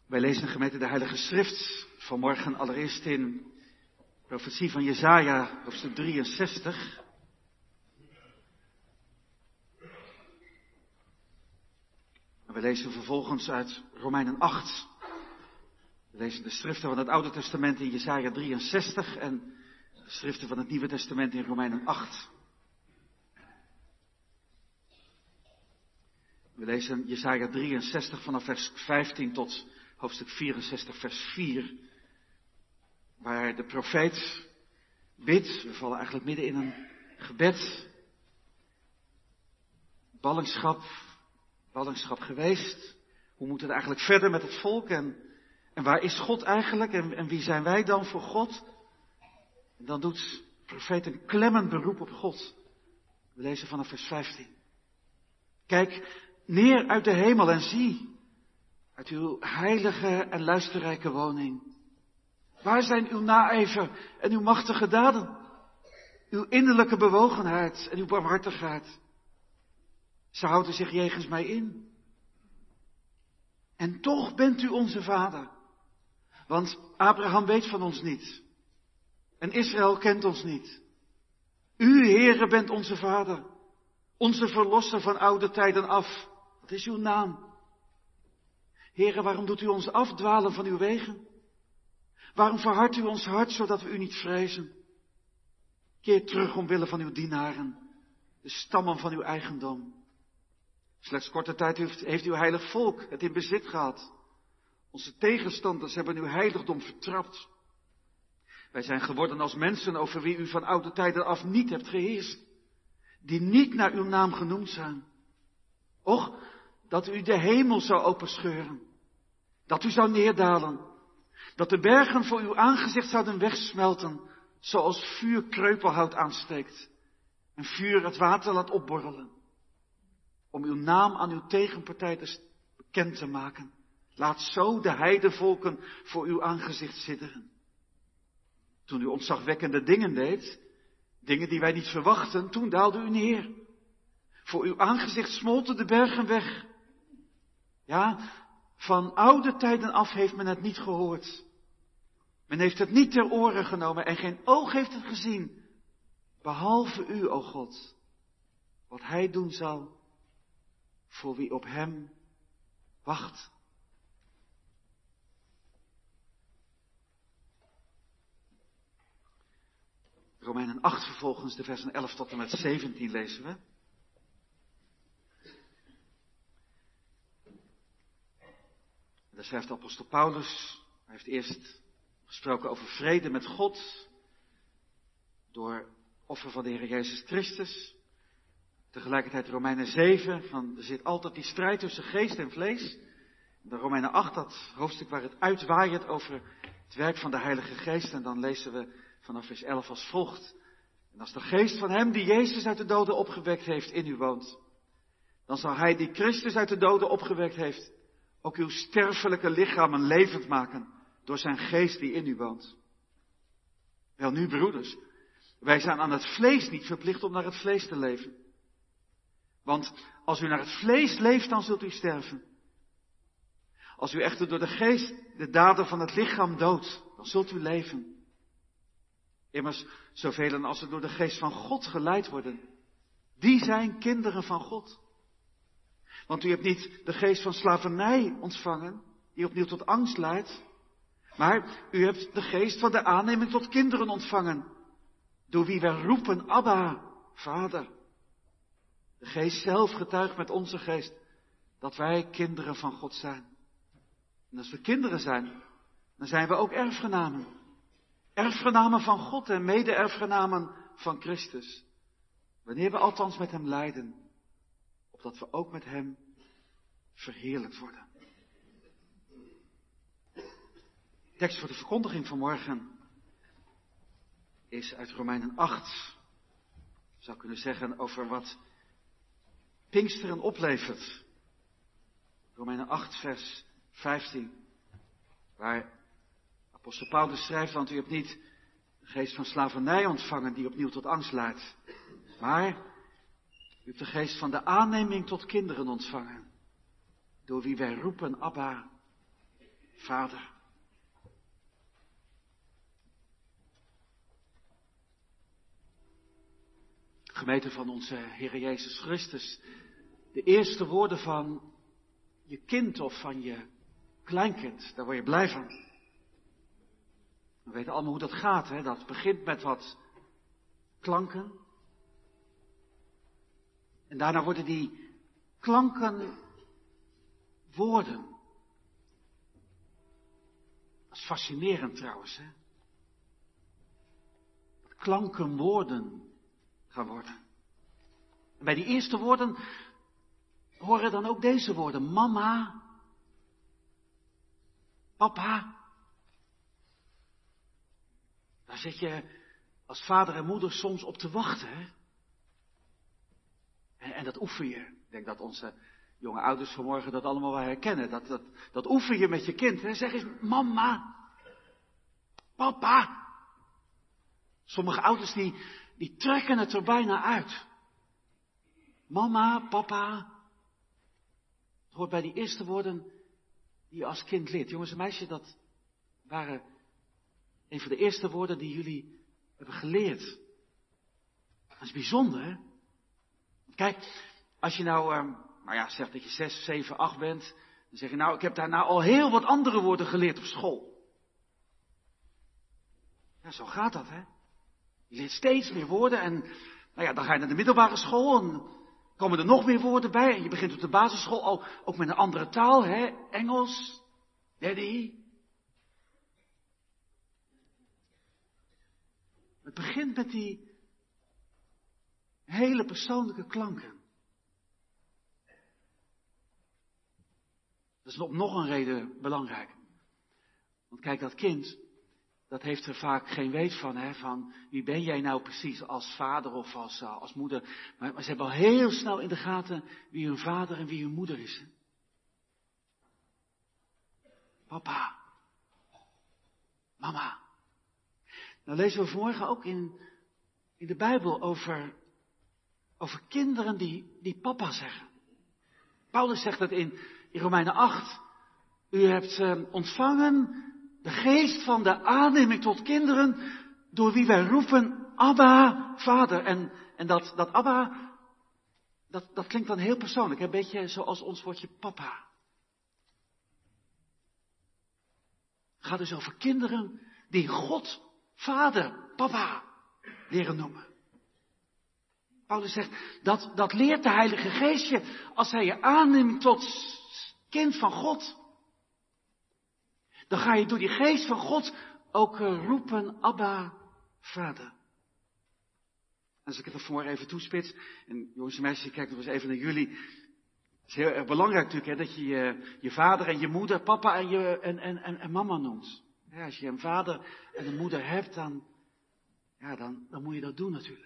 Wij lezen gemeente de Heilige Schrift vanmorgen allereerst in profetie van Jesaja, hoofdstuk 63. En we lezen vervolgens uit Romeinen 8. We lezen de schriften van het Oude Testament in Jesaja 63 en de schriften van het Nieuwe Testament in Romeinen 8. We lezen Jesaja 63 vanaf vers 15 tot hoofdstuk 64 vers 4. Waar de profeet bidt, we vallen eigenlijk midden in een gebed. Ballingschap geweest. Hoe moet het eigenlijk verder met het volk en waar is God eigenlijk en wie zijn wij dan voor God? En dan doet de profeet een klemmend beroep op God. We lezen vanaf vers 15. Kijk neer uit de hemel en zie, uit uw heilige en luisterrijke woning. Waar zijn uw naijver en uw machtige daden? Uw innerlijke bewogenheid en uw barmhartigheid. Ze houden zich jegens mij in. En toch bent u onze vader. Want Abraham weet van ons niet. En Israël kent ons niet. U, Heere, bent onze vader. Onze verlosser van oude tijden af. Wat is uw naam? Heere, waarom doet u ons afdwalen van uw wegen? Waarom verhardt u ons hart, zodat we u niet vrezen? Keer terug omwille van uw dienaren, de stammen van uw eigendom. Slechts korte tijd heeft uw heilig volk het in bezit gehad. Onze tegenstanders hebben uw heiligdom vertrapt. Wij zijn geworden als mensen over wie u van oude tijden af niet hebt geheerst, die niet naar uw naam genoemd zijn. Och, dat u de hemel zou openscheuren, dat u zou neerdalen, dat de bergen voor uw aangezicht zouden wegsmelten, zoals vuur kreupelhout aansteekt en vuur het water laat opborrelen. Om uw naam aan uw tegenpartij bekend te maken. Laat zo de heidevolken voor uw aangezicht sidderen. Toen u ontzagwekkende dingen deed, dingen die wij niet verwachten, toen daalde u neer. Voor uw aangezicht smolten de bergen weg. Ja, van oude tijden af heeft men het niet gehoord. Men heeft het niet ter oren genomen en geen oog heeft het gezien. Behalve u, o God, wat hij doen zal voor wie op hem wacht. Romeinen 8 vervolgens, de versen 11 tot en met 17 lezen we. Daar schrijft de apostel Paulus, hij heeft eerst gesproken over vrede met God, door offer van de Heer Jezus Christus. Tegelijkertijd Romeinen 7, van er zit altijd die strijd tussen geest en vlees. De Romeinen 8, dat hoofdstuk waar het uitwaait over het werk van de Heilige Geest. En dan lezen we vanaf vers 11 als volgt. En als de geest van hem die Jezus uit de doden opgewekt heeft in u woont, dan zal hij die Christus uit de doden opgewekt heeft, ook uw sterfelijke lichamen levend maken door zijn geest die in u woont. Welnu, broeders, wij zijn aan het vlees niet verplicht om naar het vlees te leven. Want als u naar het vlees leeft, dan zult u sterven. Als u echter door de geest de daden van het lichaam doodt, dan zult u leven. Immers, zoveel als er door de geest van God geleid worden, die zijn kinderen van God. Want u hebt niet de geest van slavernij ontvangen, die opnieuw tot angst leidt. Maar u hebt de geest van de aanneming tot kinderen ontvangen, door wie wij roepen, Abba, Vader. De geest zelf getuigt met onze geest dat wij kinderen van God zijn. En als we kinderen zijn, dan zijn we ook erfgenamen. Erfgenamen van God en mede-erfgenamen van Christus. Wanneer we althans met hem lijden, opdat we ook met hem verheerlijkt worden. De tekst voor de verkondiging vanmorgen is uit Romeinen 8. Je zou kunnen zeggen over wat Pinksteren oplevert. Romeinen 8 vers 15. Waar apostel Paulus schrijft, want u hebt niet de geest van slavernij ontvangen die opnieuw tot angst leidt. Maar u hebt de geest van de aanneming tot kinderen ontvangen. Door wie wij roepen, Abba, Vader. Gemeente van onze Heer Jezus Christus, de eerste woorden van je kind of van je kleinkind, daar word je blij van. We weten allemaal hoe dat gaat, hè? Dat begint met wat klanken. En daarna worden die klanken woorden. Dat is fascinerend trouwens, hè? Dat klanken woorden gaan worden. En bij die eerste woorden horen dan ook deze woorden. Mama. Papa. Daar zit je als vader en moeder soms op te wachten, hè? En dat oefen je. Ik denk dat onze jonge ouders vanmorgen dat allemaal wel herkennen. Dat oefen je met je kind, hè? Zeg eens, mama. Papa. Sommige ouders die trekken het er bijna uit. Mama, papa. Het hoort bij die eerste woorden die je als kind leert. Jongens en meisjes, dat waren een van de eerste woorden die jullie hebben geleerd. Dat is bijzonder, hè? Kijk, als je nou zegt dat je 6, 7, 8 bent, dan zeg je ik heb daarna al heel wat andere woorden geleerd op school. Ja, zo gaat dat, hè? Je leert steeds meer woorden en dan ga je naar de middelbare school en komen er nog meer woorden bij. En je begint op de basisschool ook met een andere taal, hè? Engels, daddy. Het begint met die hele persoonlijke klanken. Dat is op nog een reden belangrijk. Want kijk, dat kind, dat heeft er vaak geen weet van, hè, van wie ben jij nou precies als vader of als moeder. Maar ze hebben al heel snel in de gaten wie hun vader en wie hun moeder is. Hè? Papa. Mama. Nou lezen we vanmorgen ook in de Bijbel over kinderen die papa zeggen. Paulus zegt dat in Romeinen 8. U hebt ontvangen de geest van de aanneming tot kinderen, door wie wij roepen, Abba, Vader. En dat Abba, dat klinkt dan heel persoonlijk, een beetje zoals ons woordje papa. Het gaat dus over kinderen die God, Vader, Papa, leren noemen. Paulus zegt, dat leert de Heilige Geest je als hij je aanneemt tot kind van God. Dan ga je door die geest van God ook roepen, Abba, Vader. En als ik het er vanmorgen even toespits, en jongens en meisjes, ik kijk nog eens even naar jullie. Het is heel erg belangrijk natuurlijk, hè, dat je je vader en je moeder, papa en mama noemt. Ja, als je een vader en een moeder hebt, dan moet je dat doen natuurlijk.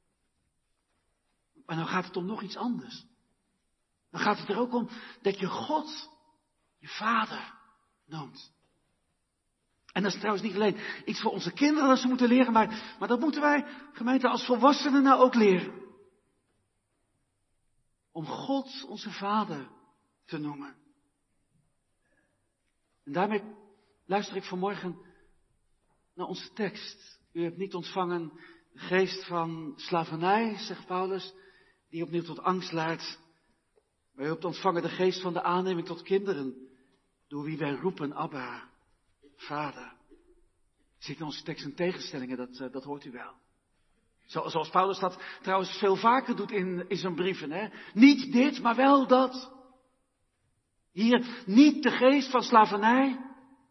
Maar dan gaat het om nog iets anders. Dan gaat het er ook om dat je God, je vader, noemt. En dat is trouwens niet alleen iets voor onze kinderen dat ze moeten leren, maar dat moeten wij, gemeente, als volwassenen nou ook leren. Om God, onze Vader, te noemen. En daarmee luister ik vanmorgen naar onze tekst. U hebt niet ontvangen de geest van slavernij, zegt Paulus, die opnieuw tot angst leidt. Maar u hebt ontvangen de geest van de aanneming tot kinderen, door wie wij roepen, Abba, Vader. Ziet in onze tekst en tegenstellingen, dat hoort u wel. Zoals Paulus dat trouwens veel vaker doet in zijn brieven. Hè? Niet dit, maar wel dat. Hier niet de geest van slavernij,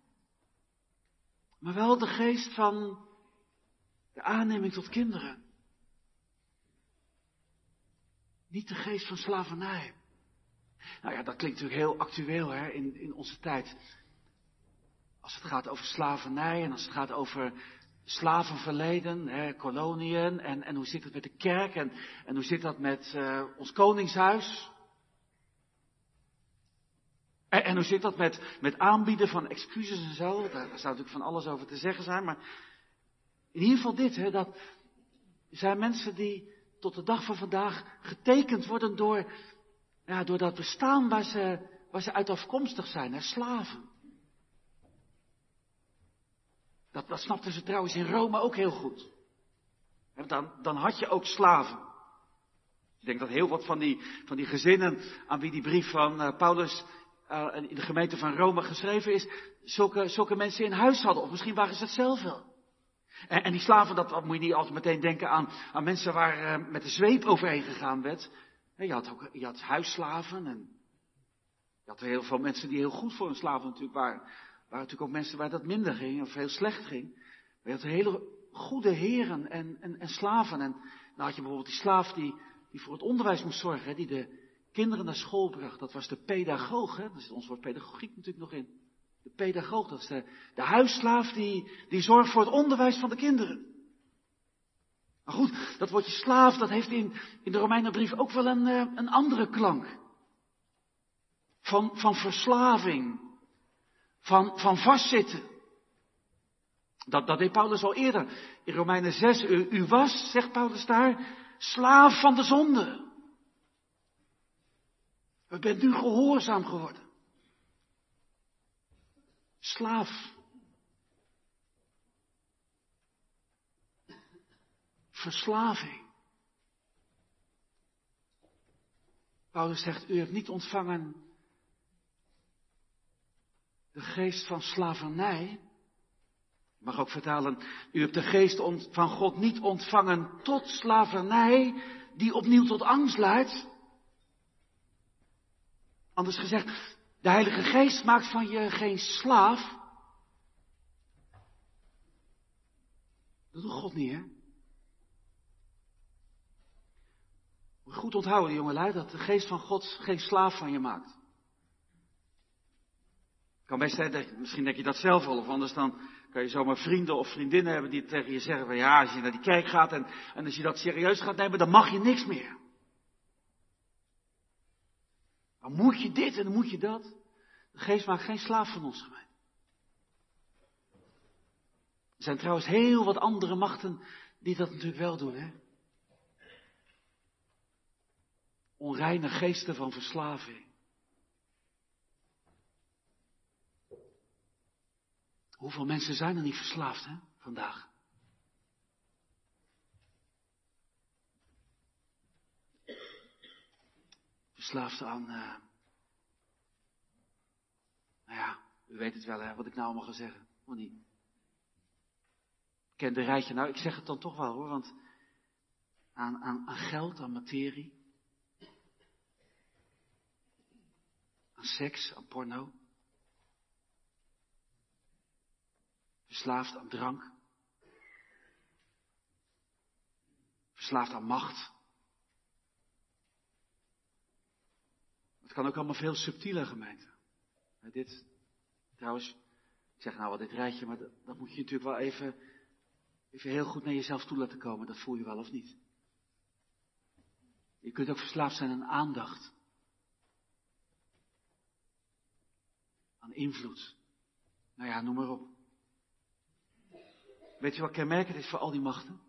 maar wel de geest van de aanneming tot kinderen. Niet de geest van slavernij. Nou ja, dat klinkt natuurlijk heel actueel, hè, in onze tijd. Als het gaat over slavernij en als het gaat over slavenverleden, hè, koloniën en hoe zit het met de kerk en hoe zit dat met ons koningshuis. En hoe zit dat met aanbieden van excuses en zo. Daar zou natuurlijk van alles over te zeggen zijn, maar in ieder geval dit, hè, dat zijn mensen die tot de dag van vandaag getekend worden door dat bestaan waar ze uit afkomstig zijn, hè, slaven. Dat snapten ze trouwens in Rome ook heel goed. Dan had je ook slaven. Ik denk dat heel wat van die gezinnen aan wie die brief van Paulus in de gemeente van Rome geschreven is, zulke mensen in huis hadden. Of misschien waren ze het zelf wel. En die slaven, dat moet je niet altijd meteen denken aan mensen waar met de zweep overheen gegaan werd. Je had huisslaven en je had heel veel mensen die heel goed voor hun slaven natuurlijk waren. Er waren natuurlijk ook mensen waar dat minder ging of heel slecht ging. Maar je had hele goede heren en slaven. En dan had je bijvoorbeeld die slaaf die voor het onderwijs moest zorgen, die de kinderen naar school bracht. Dat was de pedagoog, hè? Daar zit ons woord pedagogiek natuurlijk nog in. De pedagoog, dat is de huisslaaf die zorgt voor het onderwijs van de kinderen. Maar goed, dat woordje slaaf, dat heeft in de Romeinenbrief ook wel een andere klank. Van verslaving. Van vastzitten. Dat deed Paulus al eerder. In Romeinen 6, u was, zegt Paulus daar, slaaf van de zonde. U bent nu gehoorzaam geworden. Slaaf. Verslaving. Paulus zegt, u hebt niet ontvangen de geest van slavernij. Ik mag ook vertalen, u hebt de geest van God niet ontvangen tot slavernij, die opnieuw tot angst leidt. Anders gezegd, de Heilige Geest maakt van je geen slaaf. Dat doet God niet, hè? Moet je goed onthouden, jongelui, dat de Geest van God geen slaaf van je maakt. Kan best zijn, misschien denk je dat zelf wel, of anders dan kan je zomaar vrienden of vriendinnen hebben die tegen je zeggen van ja, als je naar die kerk gaat en als je dat serieus gaat nemen, dan mag je niks meer. Dan moet je dit en dan moet je dat. De Geest maakt geen slaaf van ons, gemeente. Er zijn trouwens heel wat andere machten die dat natuurlijk wel doen, hè. Onreine geesten van verslaving. Hoeveel mensen zijn er niet verslaafd, hè, vandaag? Verslaafd aan, u weet het wel, hè, wat ik nou allemaal ga zeggen, of niet? Ik ken de rijtje, nou, ik zeg het dan toch wel, hoor, want aan geld, aan materie, aan seks, aan porno. Verslaafd aan drank. Verslaafd aan macht. Het kan ook allemaal veel subtieler, gemeente. Dit, trouwens, ik zeg nou wel dit rijtje, maar dat moet je natuurlijk wel even heel goed naar jezelf toe laten komen. Dat voel je wel of niet. Je kunt ook verslaafd zijn aan aandacht. Aan invloed. Nou ja, noem maar op. Weet je wat kenmerkend is voor al die machten?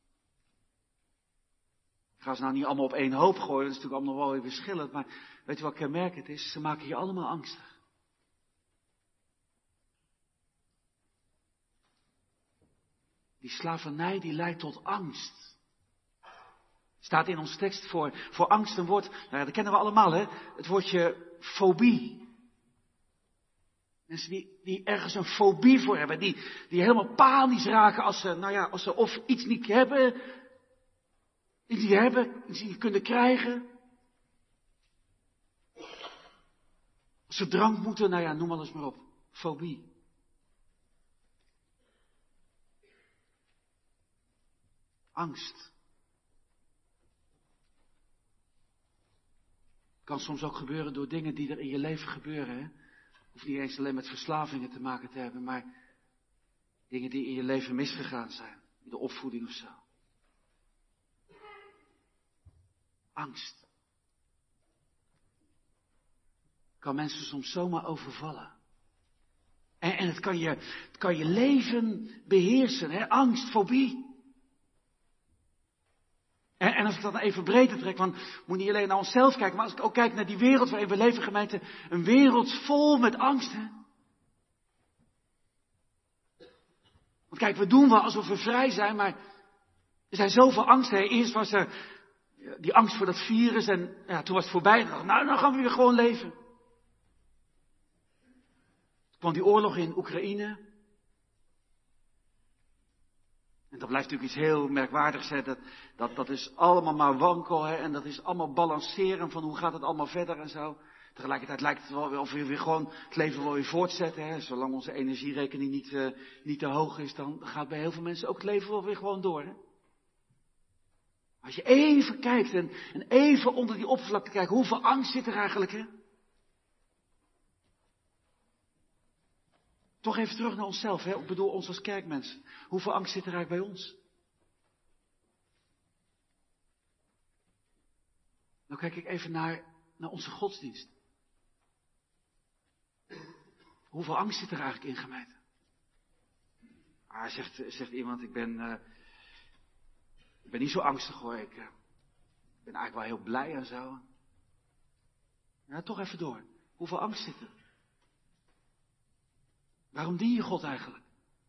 Ik ga ze nou niet allemaal op één hoop gooien, dat is natuurlijk allemaal wel weer verschillend, maar weet je wat kenmerkend is? Ze maken je allemaal angstig. Die slavernij die leidt tot angst. Staat in ons tekst voor angst een woord, nou ja, dat kennen we allemaal, hè? Het woordje fobie. Mensen die ergens een fobie voor hebben, die helemaal panisch raken als ze of iets niet hebben, iets niet kunnen krijgen. Als ze drank moeten, noem alles maar op. Fobie. Angst. Kan soms ook gebeuren door dingen die er in je leven gebeuren, hè? Hoeft niet eens alleen met verslavingen te maken te hebben, maar dingen die in je leven misgegaan zijn. In de opvoeding of zo. Angst. Kan mensen soms zomaar overvallen. En het kan je leven beheersen, hè? Angst, fobie. En als ik dat even breder trek, want ik moet niet alleen naar onszelf kijken, maar als ik ook kijk naar die wereld waarin we leven, gemeente, een wereld vol met angst, hè? Want kijk, we doen wel alsof we vrij zijn, maar er zijn zoveel angsten. Eerst was er die angst voor dat virus en ja, toen was het voorbij. Nou, dan gaan we weer gewoon leven. Toen kwam die oorlog in Oekraïne. En dat blijft natuurlijk iets heel merkwaardigs. Hè? Dat is allemaal maar wankel. Hè? En dat is allemaal balanceren van hoe gaat het allemaal verder en zo. Tegelijkertijd lijkt het wel of we weer gewoon het leven wel weer voortzetten. Hè? Zolang onze energierekening niet te hoog is, dan gaat bij heel veel mensen ook het leven wel weer gewoon door. Hè? Als je even kijkt en even onder die oppervlakte kijkt, hoeveel angst zit er eigenlijk, hè? Toch even terug naar onszelf, hè? Ik bedoel ons als kerkmensen. Hoeveel angst zit er eigenlijk bij ons? Nou kijk ik even naar onze godsdienst. Hoeveel angst zit er eigenlijk in, gemeente? Zegt iemand, ik ben niet zo angstig hoor, ik ben eigenlijk wel heel blij en zo. Ja, toch even door. Hoeveel angst zit er? Waarom dien je God eigenlijk?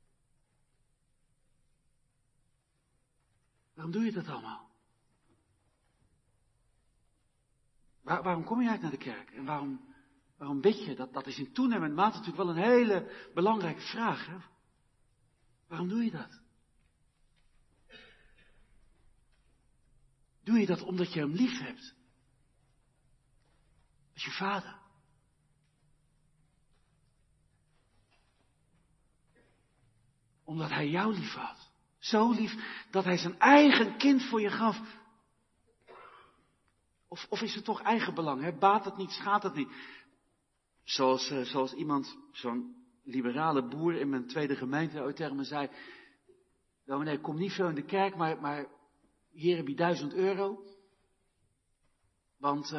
Waarom doe je dat allemaal? Waarom kom je eigenlijk naar de kerk? En waarom bid je? Dat is in toenemende mate natuurlijk wel een hele belangrijke vraag. Hè? Waarom doe je dat? Doe je dat omdat je hem lief hebt? Als je vader. Omdat hij jou lief had. Zo lief dat hij zijn eigen kind voor je gaf. Of is het toch eigenbelang? Hè? Baat het niet, schaadt het niet. Zoals iemand, zo'n liberale boer in mijn tweede gemeente ooit tegen me zei. Nou meneer, ik kom niet veel in de kerk, maar hier heb je €1000. Want,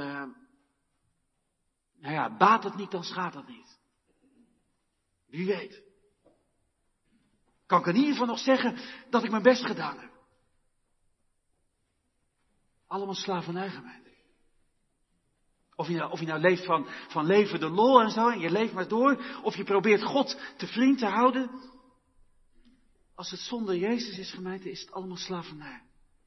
baat het niet, dan schaadt het niet. Wie weet. Kan ik in ieder geval nog zeggen dat ik mijn best gedaan heb. Allemaal slavernij, gemeente. Of je nou leeft van leven de lol en zo, en je leeft maar door. Of je probeert God te vriend te houden. Als het zonder Jezus is, gemeente, is het allemaal slavernij.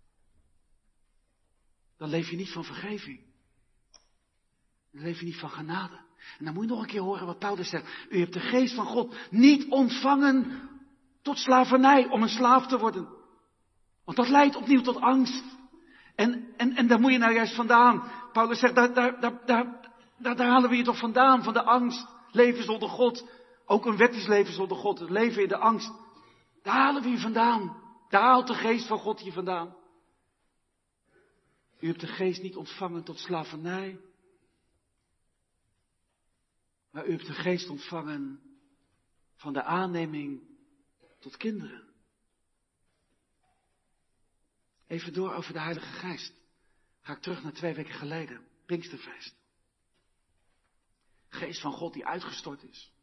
Dan leef je niet van vergeving. Dan leef je niet van genade. En dan moet je nog een keer horen wat Paulus zegt. U hebt de geest van God niet ontvangen tot slavernij, om een slaaf te worden. Want dat leidt opnieuw tot angst. En daar moet je nou juist vandaan. Paulus zegt, daar halen we je toch vandaan, van de angst. Leven zonder God. Ook een wet is leven zonder God. Het leven in de angst. Daar halen we je vandaan. Daar haalt de geest van God je vandaan. U hebt de geest niet ontvangen tot slavernij. Maar u hebt de geest ontvangen van de aanneming tot kinderen. Even door over de Heilige Geest. Ga ik terug naar 2 weken geleden. Pinksterfeest. Geest van God die uitgestort is.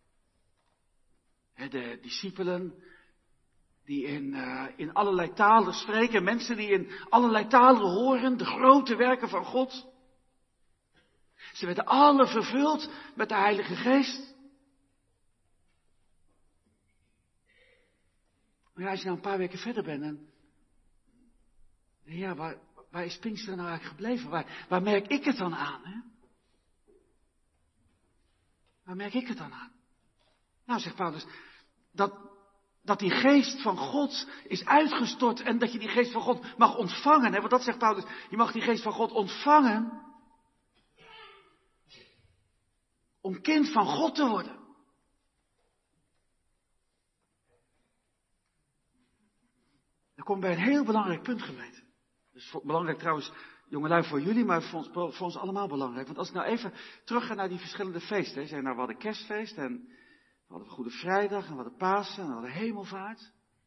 De discipelen die in allerlei talen spreken. Mensen die in allerlei talen horen. De grote werken van God. Ze werden alle vervuld met de Heilige Geest. Maar ja, als je nou een paar weken verder bent en... Ja, waar is Pinksteren nou eigenlijk gebleven? Waar merk ik het dan aan, hè? Waar merk ik het dan aan? Nou, zegt Paulus, dat die geest van God is uitgestort en dat je die geest van God mag ontvangen. Hè? Want dat zegt Paulus, je mag die geest van God ontvangen om kind van God te worden. Dan kom je bij een heel belangrijk punt, gemeente. Dat is belangrijk trouwens, jongelui, voor jullie, maar voor ons allemaal belangrijk. Want als ik nou even terug ga naar die verschillende feesten. Hè. We hadden kerstfeest en we hadden Goede Vrijdag en we hadden Pasen en we hadden Hemelvaart.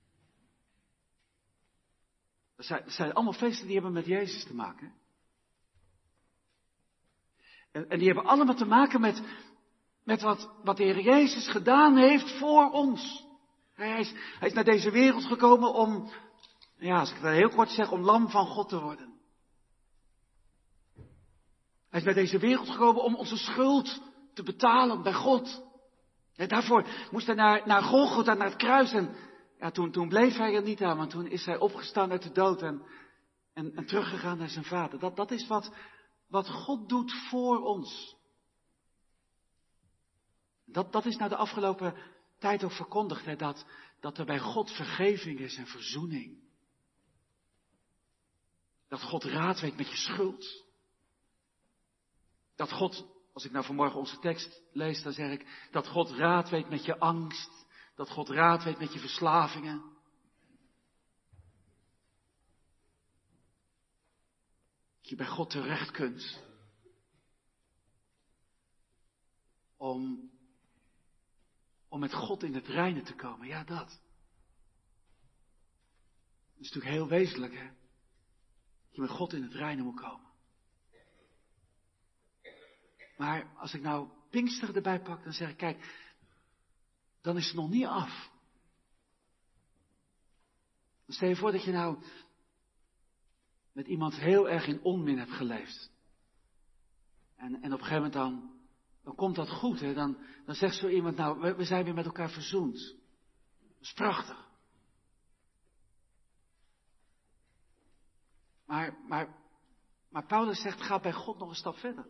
Dat zijn allemaal feesten die hebben met Jezus te maken. En die hebben allemaal te maken met wat de Heer Jezus gedaan heeft voor ons. Hij is naar deze wereld gekomen om, ja, als ik het heel kort zeg, om lam van God te worden. Hij is naar deze wereld gekomen om onze schuld te betalen bij God. En daarvoor moest hij naar Golgotha, naar het kruis. En Ja, toen bleef hij er niet aan, want toen is hij opgestaan uit de dood en teruggegaan naar zijn vader. Dat is wat God doet voor ons. Dat is nou de afgelopen tijd ook verkondigd, hè, dat er bij God vergeving is en verzoening. Dat God raad weet met je schuld. Dat God, als ik nou vanmorgen onze tekst lees, dan zeg ik, dat God raad weet met je angst. Dat God raad weet met je verslavingen. Dat je bij God terecht kunt. Om met God in het reine te komen. Ja, dat. Dat is natuurlijk heel wezenlijk, hè. Dat je met God in het reine moet komen. Maar als ik nou Pinksteren erbij pak, dan zeg ik, kijk, dan is het nog niet af. Dan stel je voor dat je nou met iemand heel erg in onmin hebt geleefd. En op een gegeven moment dan komt dat goed, hè. Dan zegt zo iemand, nou, we zijn weer met elkaar verzoend. Dat is prachtig. Maar Paulus zegt, ga bij God nog een stap verder.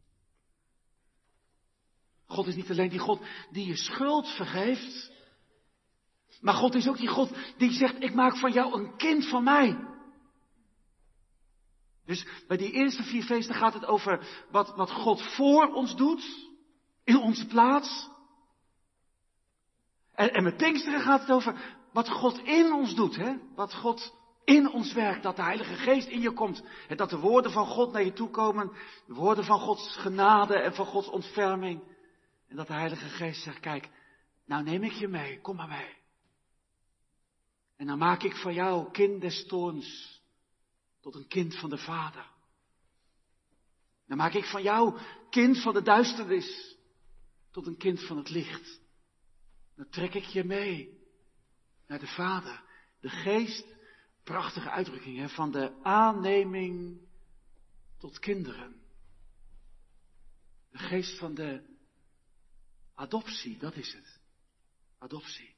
God is niet alleen die God die je schuld vergeeft. Maar God is ook die God die zegt, ik maak van jou een kind van mij. Dus bij die eerste 4 feesten gaat het over wat God voor ons doet. In onze plaats. En met Pinksteren gaat het over wat God in ons doet. Hè? Wat God in ons werkt. Dat de Heilige Geest in je komt. En dat de woorden van God naar je toe komen. De woorden van Gods genade en van Gods ontferming. En dat de Heilige Geest zegt, kijk, nou neem ik je mee, kom maar mee. En dan maak ik van jou, kind des toorns, tot een kind van de Vader. Dan maak ik van jou, kind van de duisternis, tot een kind van het licht. Dan trek ik je mee naar de Vader. De Geest, prachtige uitdrukking, hè, van de aanneming tot kinderen. De Geest van de adoptie, dat is het. Adoptie.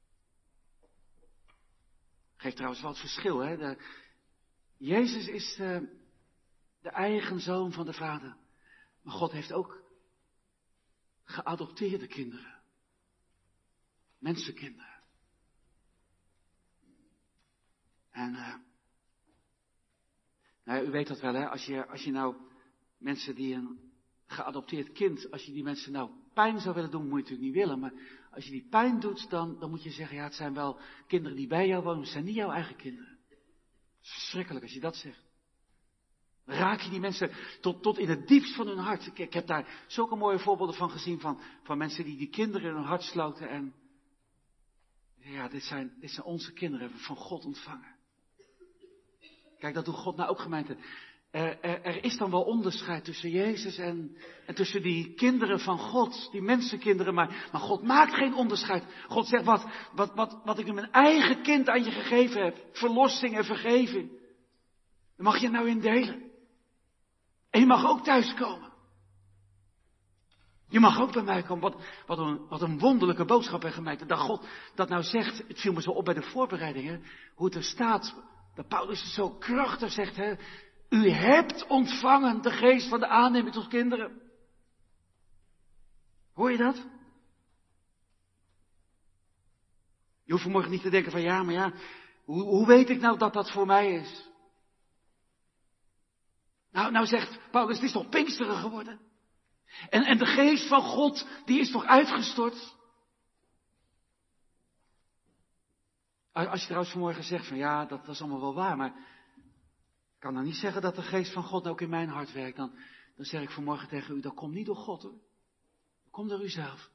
Geeft trouwens wel het verschil, hè. Jezus is de eigen zoon van de Vader. Maar God heeft ook geadopteerde kinderen. Mensenkinderen. En, nou, u weet dat wel, hè. Als je nou mensen die een geadopteerd kind, als je die mensen nou pijn zou willen doen, moet je natuurlijk niet willen. Maar als je die pijn doet, dan moet je zeggen, ja, het zijn wel kinderen die bij jou wonen, het zijn niet jouw eigen kinderen. Het is verschrikkelijk als je dat zegt. Dan raak je die mensen tot in het diepst van hun hart. Ik heb daar zulke mooie voorbeelden van gezien, van mensen die kinderen in hun hart sloten. En ja, dit zijn onze kinderen, hebben we van God ontvangen. Kijk, dat doet God nou ook, gemeente. Er is dan wel onderscheid tussen Jezus en tussen die kinderen van God, die mensenkinderen, maar God maakt geen onderscheid. God zegt, wat ik in mijn eigen kind aan je gegeven heb, verlossing en vergeving, daar mag je nou in delen. En je mag ook thuiskomen. Je mag ook bij mij komen. Wat een wonderlijke boodschap, hè, gemeente. Dat God dat nou zegt, het viel me zo op bij de voorbereidingen, hoe het er staat, dat Paulus het zo krachtig zegt, hè. U hebt ontvangen de geest van de aanneming tot kinderen. Hoor je dat? Je hoeft vanmorgen niet te denken van ja, maar ja, hoe weet ik nou dat dat voor mij is? Nou zegt Paulus, het is toch Pinksteren geworden? En de geest van God, die is toch uitgestort? Als je trouwens vanmorgen zegt van ja, dat is allemaal wel waar, maar ik kan nou niet zeggen dat de geest van God ook in mijn hart werkt. Dan zeg ik vanmorgen tegen u, dat komt niet door God, hoor. Dat komt door uzelf.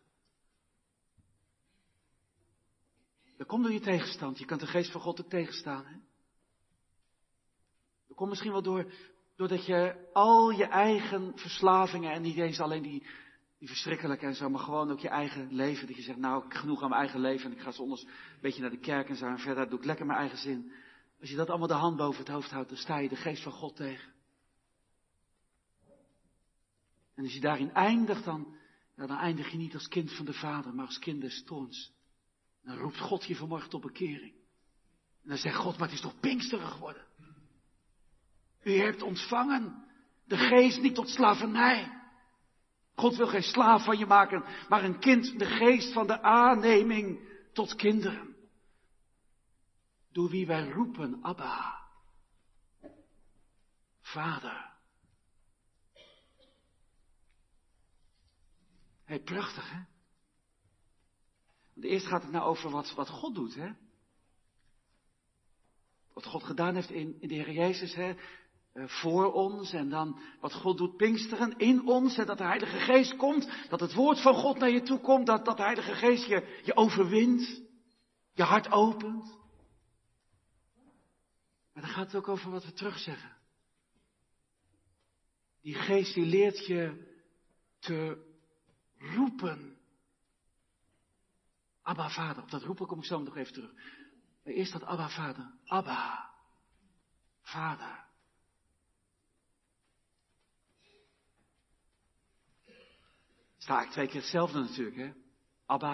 Dat komt door je tegenstand. Je kan de geest van God ook tegenstaan, hè. Dat komt misschien wel doordat je al je eigen verslavingen, en niet eens alleen die verschrikkelijke en zo, maar gewoon ook je eigen leven. Dat je zegt, nou, ik heb genoeg aan mijn eigen leven en ik ga zondags een beetje naar de kerk en zo en verder doe ik lekker mijn eigen zin. Als je dat allemaal de hand boven het hoofd houdt, dan sta je de geest van God tegen. En als je daarin eindigt, dan eindig je niet als kind van de Vader, maar als kind des toorns. Dan roept God je vanmorgen tot bekering. En dan zegt God, maar het is toch Pinksteren geworden. U hebt ontvangen de geest niet tot slavernij. God wil geen slaaf van je maken, maar een kind, de geest van de aanneming tot kinderen. Door wie wij roepen, Abba, Vader. Hey, prachtig, hè? Want eerst gaat het nou over wat God doet, hè? Wat God gedaan heeft in de Heer Jezus, hè? Voor ons en dan wat God doet Pinksteren in ons. En dat de Heilige Geest komt, dat het woord van God naar je toe komt. Dat de Heilige Geest je overwint, je hart opent. Maar dan gaat het ook over wat we terugzeggen. Die Geest die leert je te roepen. Abba Vader, op dat roepen kom ik zo nog even terug. Maar eerst dat Abba Vader. Abba Vader. Sta ik 2 keer hetzelfde natuurlijk, hè. Abba.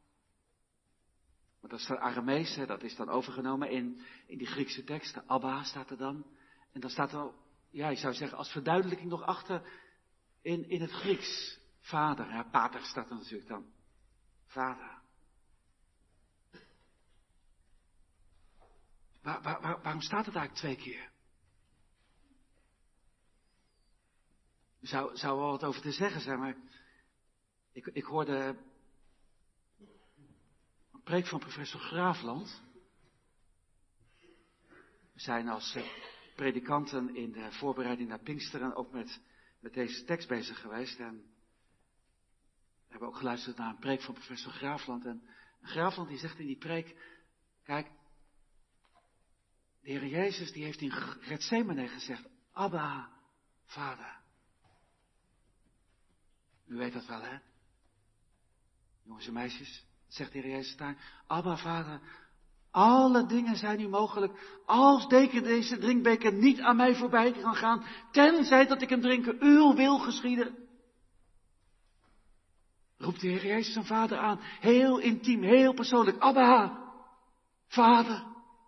Maar dat is dan Aramees, hè. Dat is dan overgenomen in die Griekse teksten. Abba staat er dan. En dan staat er, ja, ik zou zeggen, als verduidelijking nog achter in het Grieks. Vader, ja, pater staat er natuurlijk dan. Vader. Waarom staat het eigenlijk 2 keer? Er zou wel wat over te zeggen zijn, maar ik hoorde een preek van professor Graafland. We zijn als predikanten in de voorbereiding naar Pinksteren ook met deze tekst bezig geweest. En we hebben ook geluisterd naar een preek van professor Graafland. En Graafland die zegt in die preek, kijk, de Heer Jezus die heeft in Getsemane gezegd, Abba, Vader. U weet dat wel, hè? Jongens en meisjes, zegt de Heer Jezus daar, Abba, Vader, alle dingen zijn u mogelijk, als deze drinkbeker niet aan mij voorbij kan gaan, tenzij dat ik hem drinken, uw wil geschieden. Roept de Heer Jezus zijn Vader aan, heel intiem, heel persoonlijk, Abba, Vader.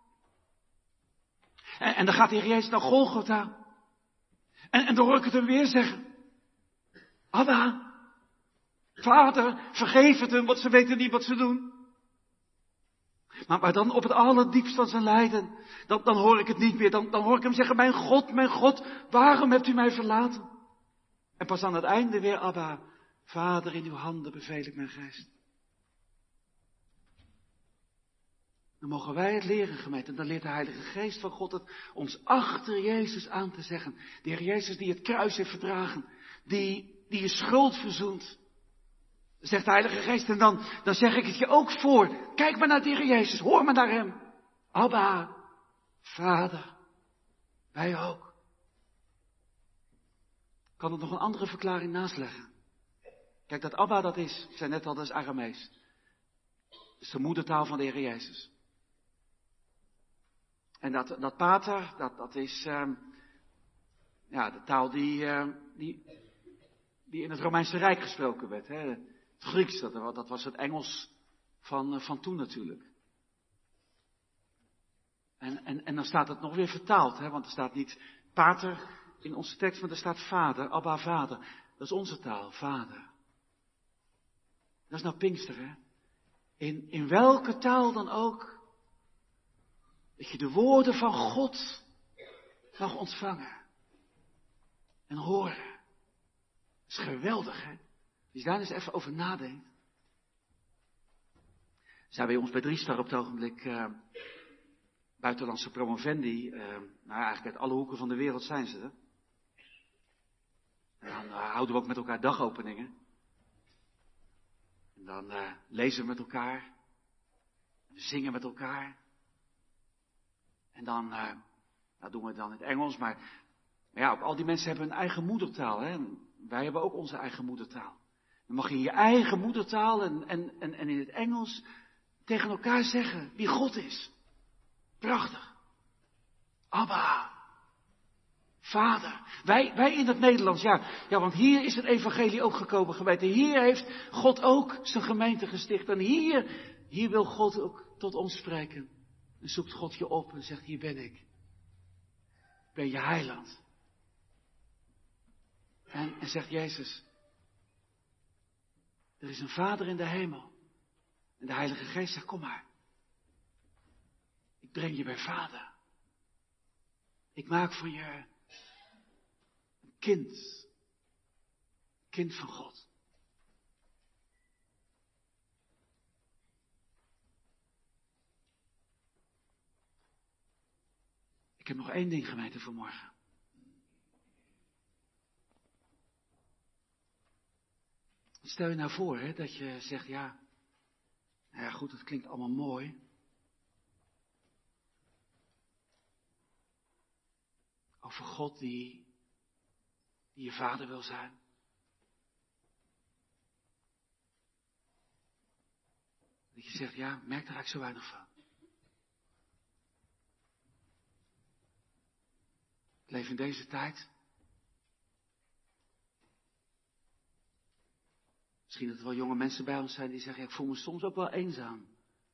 En dan gaat de Heer Jezus naar Golgotha. En dan hoor ik het hem weer zeggen. Abba, Vader, vergeef het hem, want ze weten niet wat ze doen. Maar dan op het allerdiepst van zijn lijden, dan hoor ik het niet meer. Dan hoor ik hem zeggen, mijn God, waarom hebt u mij verlaten? En pas aan het einde weer, Abba, Vader, in uw handen beveel ik mijn geest. Dan mogen wij het leren, gemeente. En dan leert de Heilige Geest van God het ons achter Jezus aan te zeggen. De Heer Jezus die het kruis heeft verdragen. Die je schuld verzoent. Zegt de Heilige Geest. En dan zeg ik het je ook voor. Kijk maar naar de Heer Jezus. Hoor maar naar hem. Abba, Vader. Wij ook. Kan er nog een andere verklaring naast leggen? Kijk, dat Abba dat is, ik zei net al, dat is Aramees. Dat is de moedertaal van de Heer Jezus. En dat pater, dat is de taal die in het Romeinse Rijk gesproken werd. Hè. Het Grieks, dat was het Engels van toen natuurlijk. En dan staat het nog weer vertaald, hè, want er staat niet pater in onze tekst, maar er staat vader, Abba, Vader. Dat is onze taal, vader. Dat is nou Pinkster, hè. In welke taal dan ook, dat je de woorden van God mag ontvangen en horen. Dat is geweldig, hè. Dus daar eens even over nadenkt. Zijn bij ons bij Driestar op het ogenblik buitenlandse promovendi, eigenlijk uit alle hoeken van de wereld zijn ze er. En dan houden we ook met elkaar dagopeningen. En dan lezen we met elkaar. We zingen met elkaar. En dan doen we het dan in het Engels. Maar ja, ook al die mensen hebben hun eigen moedertaal. Hè? Wij hebben ook onze eigen moedertaal. Dan mag je in je eigen moedertaal en in het Engels tegen elkaar zeggen wie God is. Prachtig. Abba. Vader. Wij in het Nederlands, ja, want hier is het evangelie ook gekomen, gemeente. Hier heeft God ook zijn gemeente gesticht. En hier hier wil God ook tot ons spreken. En zoekt God je op en zegt, hier ben ik. Ik ben je heiland. En zegt Jezus, er is een Vader in de hemel. En de Heilige Geest zegt, kom maar. Ik breng je bij Vader. Ik maak van je een kind. Kind van God. Ik heb nog één ding, gemeente, vanmorgen. Stel je nou voor, hè, dat je zegt, ja, nou ja goed, het klinkt allemaal mooi. Over God die je vader wil zijn. Dat je zegt, ja, merk daar eigenlijk zo weinig van. Ik leef in deze tijd. Misschien dat er wel jonge mensen bij ons zijn die zeggen, ja, ik voel me soms ook wel eenzaam.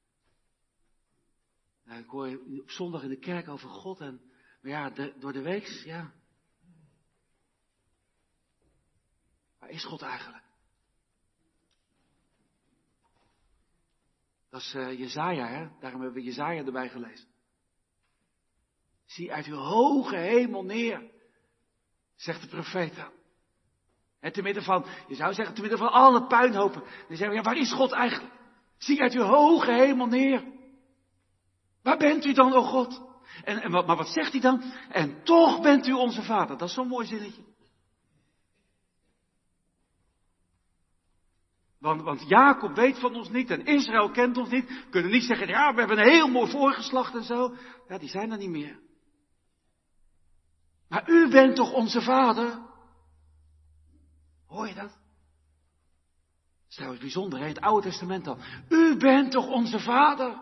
Nou, ik hoor op zondag in de kerk over God maar ja, door de week, ja. Waar is God eigenlijk? Dat is Jesaja, hè? Daarom hebben we Jesaja erbij gelezen. Zie uit uw hoge hemel neer, zegt de profeet dan. En te midden van, je zou zeggen, te midden van alle puinhopen. Dan zeggen we, ja, waar is God eigenlijk? Zie uit uw hoge hemel neer. Waar bent u dan, o God? Maar wat zegt hij dan? En toch bent u onze Vader. Dat is zo'n mooi zinnetje. Want Jacob weet van ons niet en Israël kent ons niet. We kunnen niet zeggen, ja, we hebben een heel mooi voorgeslacht en zo. Ja, die zijn er niet meer. Maar u bent toch onze Vader? Hoor je dat? Dat is trouwens bijzonder, hè? Het Oude Testament dan. U bent toch onze Vader?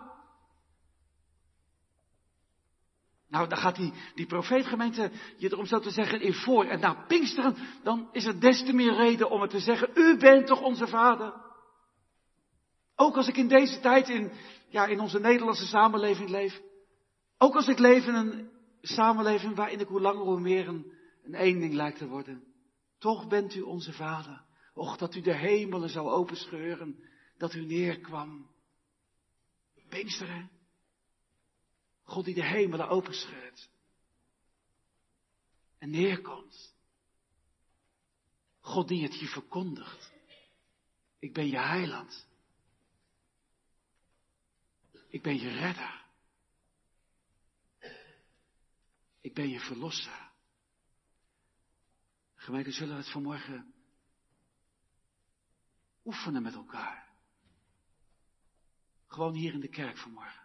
Nou, dan gaat die profeetgemeente je er om zo te zeggen in voor. En na Pinksteren, dan is er des te meer reden om het te zeggen. U bent toch onze Vader? Ook als ik in deze tijd in onze Nederlandse samenleving leef. Ook als ik leef in een samenleving waarin ik hoe langer hoe meer een eenling lijkt te worden. Toch bent u onze Vader. Och, dat u de hemelen zou openscheuren. Dat u neerkwam. Pinksteren. God die de hemelen openscheurt. En neerkomt. God die het je verkondigt. Ik ben je heiland. Ik ben je redder. Ik ben je verlosser. Gemeente, zullen we het vanmorgen oefenen met elkaar. Gewoon hier in de kerk vanmorgen.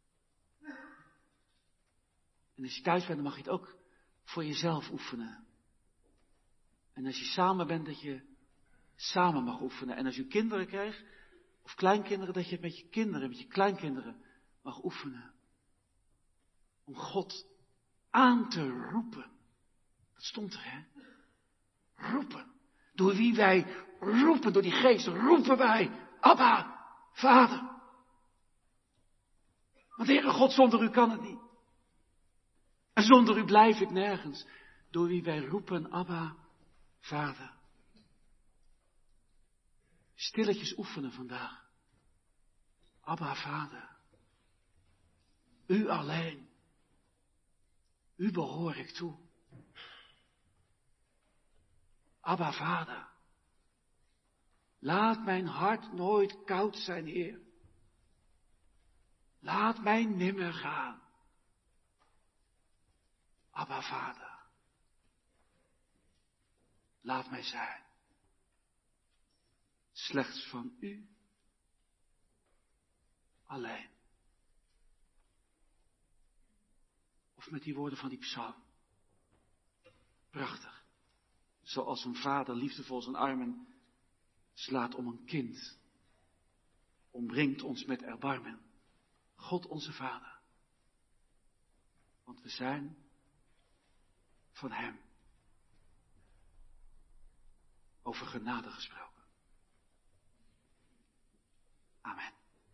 En als je thuis bent, dan mag je het ook voor jezelf oefenen. En als je samen bent, dat je samen mag oefenen. En als je kinderen krijgt, of kleinkinderen, dat je het met je kinderen, met je kleinkinderen mag oefenen. Om God aan te roepen. Dat stond er, hè? Roepen. Door wie wij roepen, door die geest, roepen wij. Abba, Vader. Want Heere God, zonder u kan het niet. En zonder u blijf ik nergens. Door wie wij roepen, Abba, Vader. Stilletjes oefenen vandaag. Abba, Vader. U alleen. U behoor ik toe. Abba, Vader. Laat mijn hart nooit koud zijn, Heer. Laat mij nimmer gaan. Abba, Vader. Laat mij zijn. Slechts van u alleen. Of met die woorden van die psalm. Prachtig. Zoals een vader liefdevol zijn armen slaat om een kind. Omringt ons met erbarmen. God onze Vader. Want we zijn van Hem. Over genade gesproken. Amen.